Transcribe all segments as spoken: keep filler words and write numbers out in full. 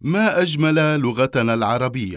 ما أجمل لغتنا العربية.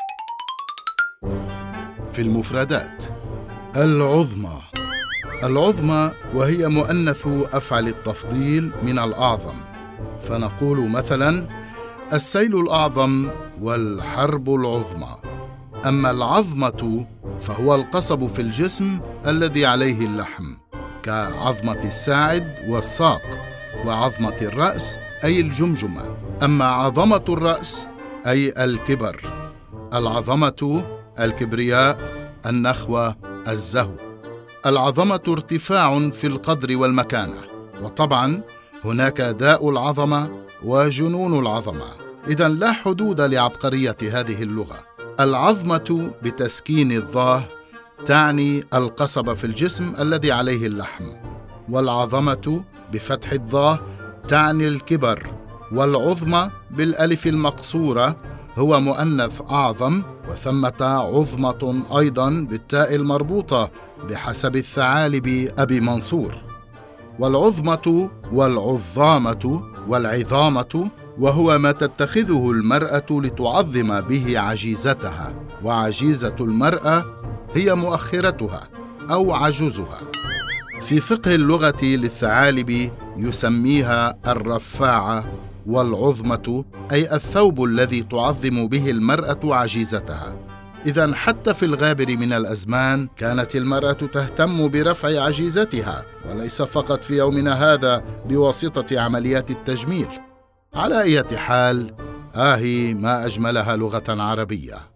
في المفردات: العظمى. العظمى وهي مؤنث أفعل التفضيل من الأعظم، فنقول مثلاً: السيل الأعظم والحرب العظمى. أما العظمة فهو القصب في الجسم الذي عليه اللحم، كعظمة الساعد والساق، وعظمة الرأس أي الجمجمة. أما عظمة الرأس أي الكبر. العظمة الكبرياء، النخوة، الزهو. العظمة ارتفاع في القدر والمكانة، وطبعا هناك داء العظمة وجنون العظمة. إذن لا حدود لعبقرية هذه اللغة. العظمة بتسكين الظاه تعني القصب في الجسم الذي عليه اللحم، والعظمة بفتح الظاه تعني الكبر، والعظمى بالألف المقصورة هو مؤنث أعظم، وثمة عظمة أيضا بالتاء المربوطة بحسب الثعالب أبي منصور. والعظمة والعظامة والعظامة وهو ما تتخذه المرأة لتعظم به عجيزتها، وعجيزة المرأة هي مؤخرتها أو عجوزها. في فقه اللغة للثعالب يسميها الرفاعة، والعظمة أي الثوب الذي تعظم به المرأة عجيزتها. إذن حتى في الغابر من الأزمان كانت المرأة تهتم برفع عجيزتها، وليس فقط في يومنا هذا بواسطة عمليات التجميل. على أي حال، آهي ما أجملها لغة عربية.